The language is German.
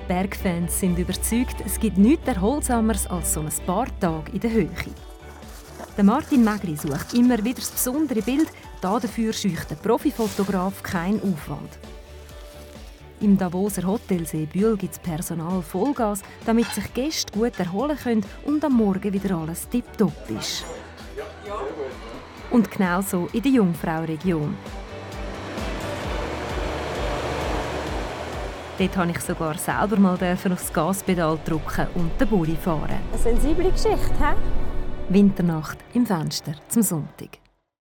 Bergfans sind überzeugt, es gibt nichts Erholsameres als so ein paar Tage in der Höhe. Der Martin Mägri sucht immer wieder das besondere Bild, dafür scheucht der Profifotograf keinen Aufwand. Im Davoser Hotel Seebühl gibt es Personal Vollgas, damit sich Gäste gut erholen können und am Morgen wieder alles tipptopp ist. Und genauso in der Jungfrau-Region. Dort durfte ich sogar selber mal aufs Gaspedal drücken und den Bulli fahren. Eine sensible Geschichte, hä? Winternacht im Fenster zum Sonntag.